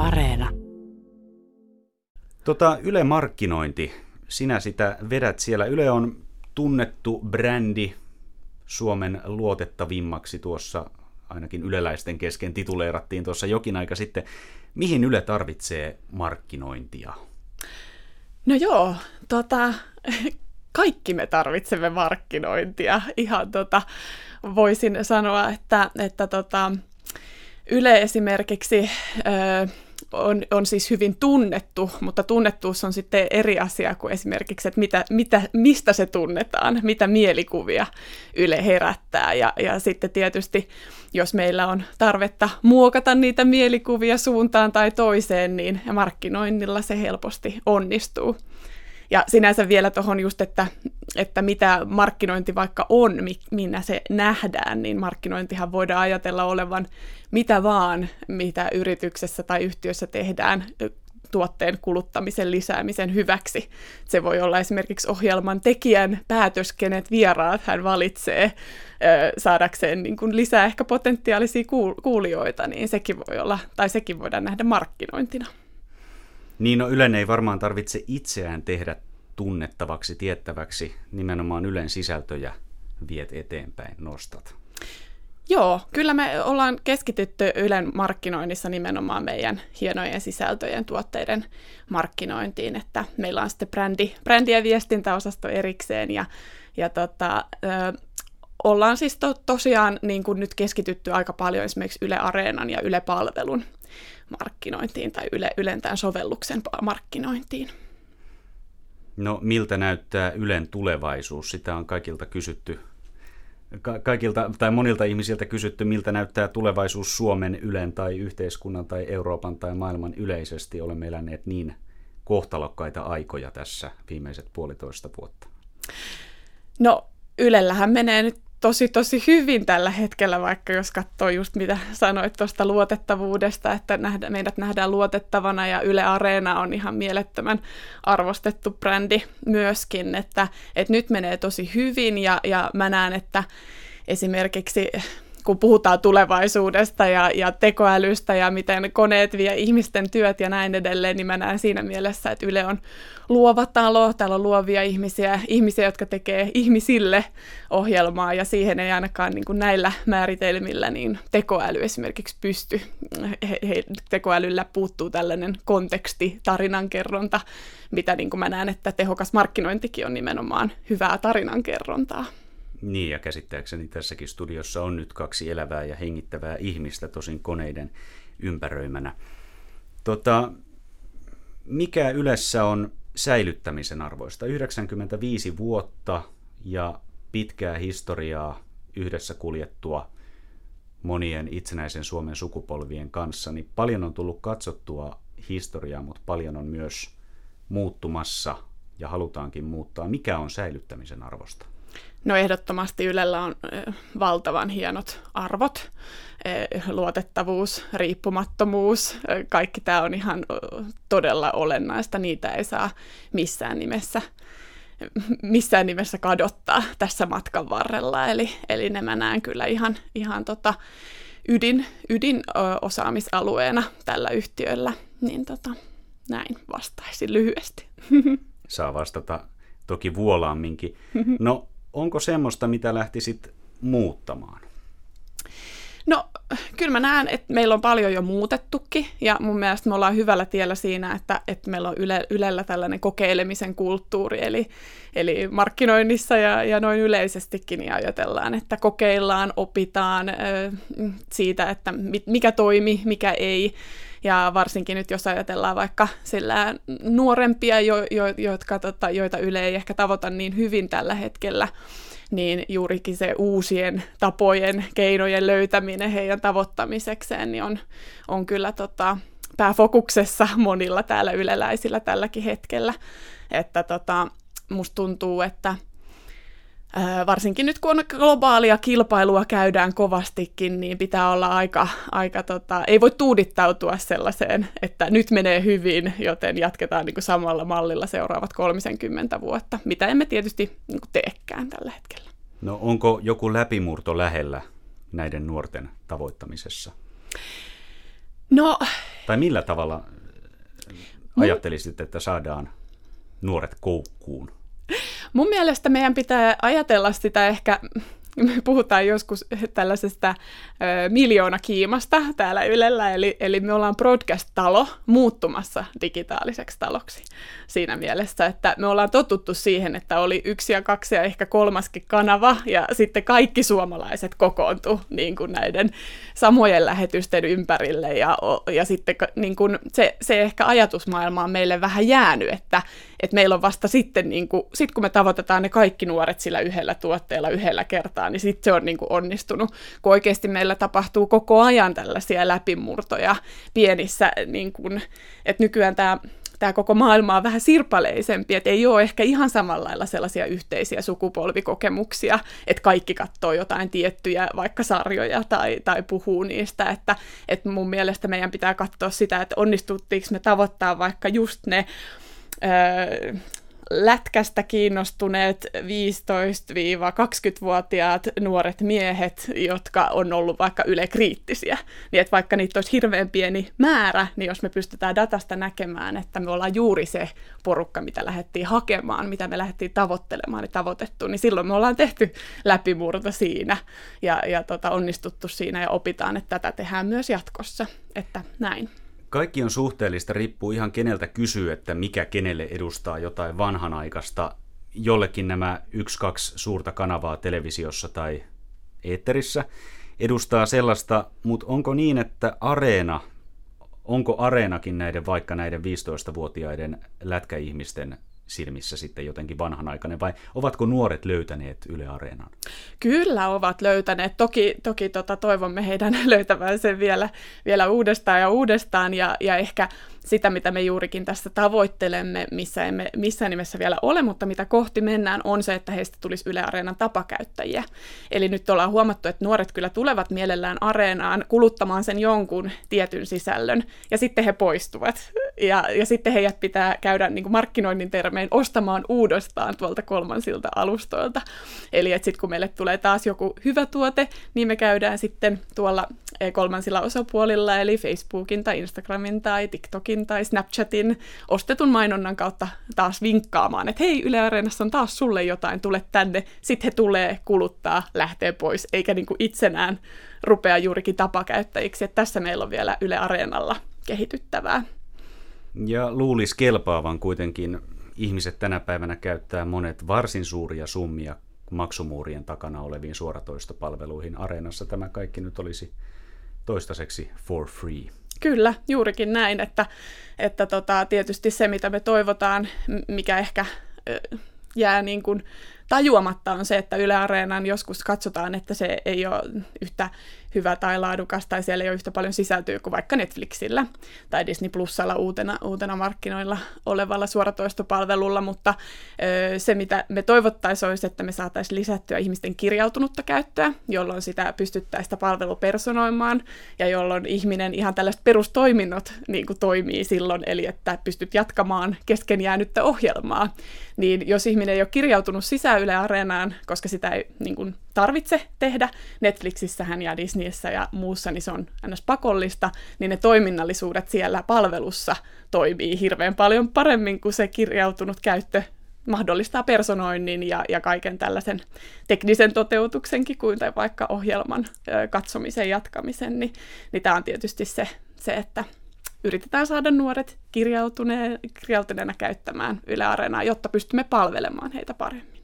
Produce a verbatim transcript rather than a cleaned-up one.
Areena. Tota, Yle-markkinointi, sinä sitä vedät siellä. Yle on tunnettu brändi, Suomen luotettavimmaksi tuossa, ainakin yleläisten kesken tituleerattiin tuossa jokin aika sitten. Mihin Yle tarvitsee markkinointia? No joo, tota, kaikki me tarvitsemme markkinointia. Ihan tota, voisin sanoa, että, että tota, Yle esimerkiksi ö, on, on siis hyvin tunnettu, mutta tunnettuus on sitten eri asia kuin esimerkiksi, että mitä, mitä, mistä se tunnetaan, mitä mielikuvia Yle herättää. Ja, ja sitten tietysti, jos meillä on tarvetta muokata niitä mielikuvia suuntaan tai toiseen, niin markkinoinnilla se helposti onnistuu. Ja sinänsä vielä tuohon just, että, että mitä markkinointi vaikka on, minä se nähdään, niin markkinointihan voidaan ajatella olevan mitä vaan, mitä yrityksessä tai yhtiössä tehdään tuotteen kuluttamisen lisäämisen hyväksi. Se voi olla esimerkiksi ohjelman tekijän päätös, kenet vieraat hän valitsee saadakseen niin kuin lisää ehkä potentiaalisia kuulijoita, niin sekin voi olla, tai sekin voidaan nähdä markkinointina. Niin, no Ylen ei varmaan tarvitse itseään tehdä tunnettavaksi, tiettäväksi, nimenomaan Ylen sisältöjä viet eteenpäin, nostat. Joo, kyllä me ollaan keskitytty Ylen markkinoinnissa nimenomaan meidän hienojen sisältöjen tuotteiden markkinointiin, että meillä on sitten brändi, brändi- ja viestintäosasto erikseen, ja, ja tota, ö, ollaan siis to, tosiaan niin kuin nyt keskitytty aika paljon esimerkiksi Yle Areenan ja Yle Palvelun markkinointiin tai Yle, Ylen tämän sovelluksen markkinointiin. No miltä näyttää Ylen tulevaisuus? Sitä on kaikilta kysytty, ka- kaikilta tai monilta ihmisiltä kysytty, miltä näyttää tulevaisuus Suomen Ylen tai yhteiskunnan tai Euroopan tai maailman yleisesti. Olemme eläneet niin kohtalokkaita aikoja tässä viimeiset puolitoista vuotta. No Ylellähän menee nyt tosi tosi hyvin tällä hetkellä, vaikka jos katsoo just mitä sanoit tuosta luotettavuudesta, että nähdä, meidät nähdään luotettavana ja Yle Areena on ihan mielettömän arvostettu brändi myöskin, että, että nyt menee tosi hyvin ja, ja mä näen, että esimerkiksi kun puhutaan tulevaisuudesta ja, ja tekoälystä ja miten koneet vie ihmisten työt ja näin edelleen, niin mä näen siinä mielessä, että Yle on luova talo, täällä on luovia ihmisiä, ihmisiä, jotka tekee ihmisille ohjelmaa, ja siihen ei ainakaan niin kuin näillä määritelmillä niin tekoäly esimerkiksi pysty. He, he, tekoälyllä puuttuu tällainen konteksti, tarinankerronta, mitä niin kuin mä näen, että tehokas markkinointikin on nimenomaan hyvää tarinankerrontaa. Niin, ja käsittääkseni tässäkin studiossa on nyt kaksi elävää ja hengittävää ihmistä, tosin koneiden ympäröimänä. Tota, mikä Ylessä on säilyttämisen arvoista? yhdeksänkymmentäviisi vuotta ja pitkää historiaa yhdessä kuljettua monien itsenäisen Suomen sukupolvien kanssa, niin paljon on tullut katsottua historiaa, mutta paljon on myös muuttumassa ja halutaankin muuttaa. Mikä on säilyttämisen arvosta? No ehdottomasti Ylellä on valtavan hienot arvot, luotettavuus, riippumattomuus, kaikki tämä on ihan todella olennaista, niitä ei saa missään nimessä, missään nimessä kadottaa tässä matkan varrella, eli, eli ne mä näen kyllä ihan, ihan tota ydin, ydinosaamisalueena tällä yhtiöllä, niin tota, näin vastaisin lyhyesti. Saa vastata toki vuolaamminkin. No, onko semmoista, mitä lähtisit muuttamaan? No, kyllä mä näen, että meillä on paljon jo muutettukin, ja mun mielestä me ollaan hyvällä tiellä siinä, että, että meillä on yle, Ylellä tällainen kokeilemisen kulttuuri, eli, eli markkinoinnissa ja, ja noin yleisestikin niin ajatellaan, että kokeillaan, opitaan ö, siitä, että mikä toimi, mikä ei, ja varsinkin nyt, jos ajatellaan vaikka sillä nuorempia, jo, jo, jotka, tota, joita Yle ei ehkä tavoita niin hyvin tällä hetkellä, niin juurikin se uusien tapojen, keinojen löytäminen heidän tavoittamisekseen niin on, on kyllä tota, pääfokuksessa monilla täällä yleläisillä tälläkin hetkellä. Että tota, musta tuntuu, että ää, varsinkin nyt kun on globaalia kilpailua käydään kovastikin, niin pitää olla aika, aika tota, ei voi tuudittautua sellaiseen, että nyt menee hyvin, joten jatketaan niin kuin samalla mallilla seuraavat kolmekymmentä vuotta, mitä emme tietysti niin kuin teekään tällä hetkellä. No onko joku läpimurto lähellä näiden nuorten tavoittamisessa? No Tai millä tavalla ajattelisit, että saadaan nuoret koukkuun? Mun mielestä meidän pitää ajatella sitä ehkä, me puhutaan joskus tällaisesta ö, miljoonakiimasta täällä Ylellä, eli, eli me ollaan broadcast-talo muuttumassa digitaaliseksi taloksi siinä mielessä, että me ollaan totuttu siihen, että oli yksi ja kaksi ja ehkä kolmaskin kanava, ja sitten kaikki suomalaiset kokoontu niin kuin näiden samojen lähetysten ympärille, ja, ja sitten niin kuin se, se ehkä ajatusmaailma on meille vähän jäänyt, että, että meillä on vasta sitten, niin kuin, sit kun me tavoitetaan ne kaikki nuoret sillä yhdellä tuotteella yhdellä kertaa, niin sitten se on niin kuin onnistunut, kun oikeasti meillä tapahtuu koko ajan tällaisia läpimurtoja pienissä, niin kuin, että nykyään tämä tämä koko maailma on vähän sirpaleisempi, että ei ole ehkä ihan samalla lailla sellaisia yhteisiä sukupolvikokemuksia, että kaikki katsoo jotain tiettyjä vaikka sarjoja tai, tai puhuu niistä, että, että mun mielestä meidän pitää katsoa sitä, että onnistuttiinko me tavoittaa vaikka just ne öö, lätkästä kiinnostuneet viisitoista-kaksikymmentävuotiaat nuoret miehet, jotka on ollut vaikka Yle-kriittisiä. Niin että vaikka niitä olisi hirveän pieni määrä, niin jos me pystytään datasta näkemään, että me ollaan juuri se porukka, mitä lähdettiin hakemaan, mitä me lähdettiin tavoittelemaan ja tavoitettu, niin silloin me ollaan tehty läpimurto siinä ja, ja tota, onnistuttu siinä ja opitaan, että tätä tehdään myös jatkossa, että näin. Kaikki on suhteellista, riippuu ihan keneltä kysyy, että mikä kenelle edustaa jotain vanhanaikaista. Jollekin nämä yksi, kaksi suurta kanavaa televisiossa tai eetterissä edustaa sellaista, mutta onko niin, että Areena, onko Areenakin näiden vaikka näiden viisitoistavuotiaiden lätkäihmisten silmissä sitten jotenkin vanhanaikainen, vai ovatko nuoret löytäneet Yle Areenan? Kyllä ovat löytäneet. Toki, toki tota, toivomme heidän löytävän sen vielä, vielä uudestaan ja uudestaan, ja, ja ehkä sitä, mitä me juurikin tässä tavoittelemme, missä emme missään nimessä vielä ole, mutta mitä kohti mennään, on se, että heistä tulisi Yle Areenan tapakäyttäjiä. Eli nyt ollaan huomattu, että nuoret kyllä tulevat mielellään Areenaan kuluttamaan sen jonkun tietyn sisällön, ja sitten he poistuvat. Ja, ja sitten heidät pitää käydä niin kuin markkinoinnin termein ostamaan uudestaan tuolta kolmansilta alustoilta. Eli että sitten kun meille tulee taas joku hyvä tuote, niin me käydään sitten tuolla kolmansilla osapuolilla, eli Facebookin tai Instagramin tai TikTokin tai Snapchatin ostetun mainonnan kautta taas vinkkaamaan, että hei, Yle Areenassa on taas sulle jotain, tule tänne. Sitten he tulee kuluttaa, lähtee pois, eikä niin kuin itsenään rupea juurikin tapakäyttäjiksi. Että tässä meillä on vielä Yle Areenalla kehityttävää. Ja luulisi kelpaavan kuitenkin. Ihmiset tänä päivänä käyttää monet varsin suuria summia maksumuurien takana oleviin suoratoistopalveluihin. Areenassa tämä kaikki nyt olisi toistaiseksi for free. Kyllä, juurikin näin, että, että tota, tietysti se, mitä me toivotaan, mikä ehkä ö, jää niin kuin tajuamatta, on se, että Yle Areenan joskus katsotaan, että se ei ole yhtä hyvä tai laadukas, tai siellä ei ole yhtä paljon sisältöä kuin vaikka Netflixillä tai Disney Plusalla uutena, uutena markkinoilla olevalla suoratoistopalvelulla, mutta ö, se, mitä me toivottaisiin, olisi, että me saataisiin lisättyä ihmisten kirjautunutta käyttöä, jolloin sitä pystyttäisiin sitä palvelupersonoimaan, ja jolloin ihminen ihan tällaiset perustoiminnot niin kuin toimii silloin, eli että pystyt jatkamaan kesken jäänyttä ohjelmaa. Niin jos ihminen ei ole kirjautunut sisään Yle Areenaan, koska sitä ei niin kuin tarvitse tehdä, Netflixissähän ja Disneyssä ja muussa, niin se on ns. Pakollista, niin ne toiminnallisuudet siellä palvelussa toimii hirveän paljon paremmin kuin se kirjautunut käyttö mahdollistaa personoinnin ja, ja kaiken tällaisen teknisen toteutuksenkin, kuin tai vaikka ohjelman ö, katsomisen jatkamisen, niin, niin tämä on tietysti se, se, että yritetään saada nuoret kirjautuneena käyttämään Yle Areenaa, jotta pystymme palvelemaan heitä paremmin.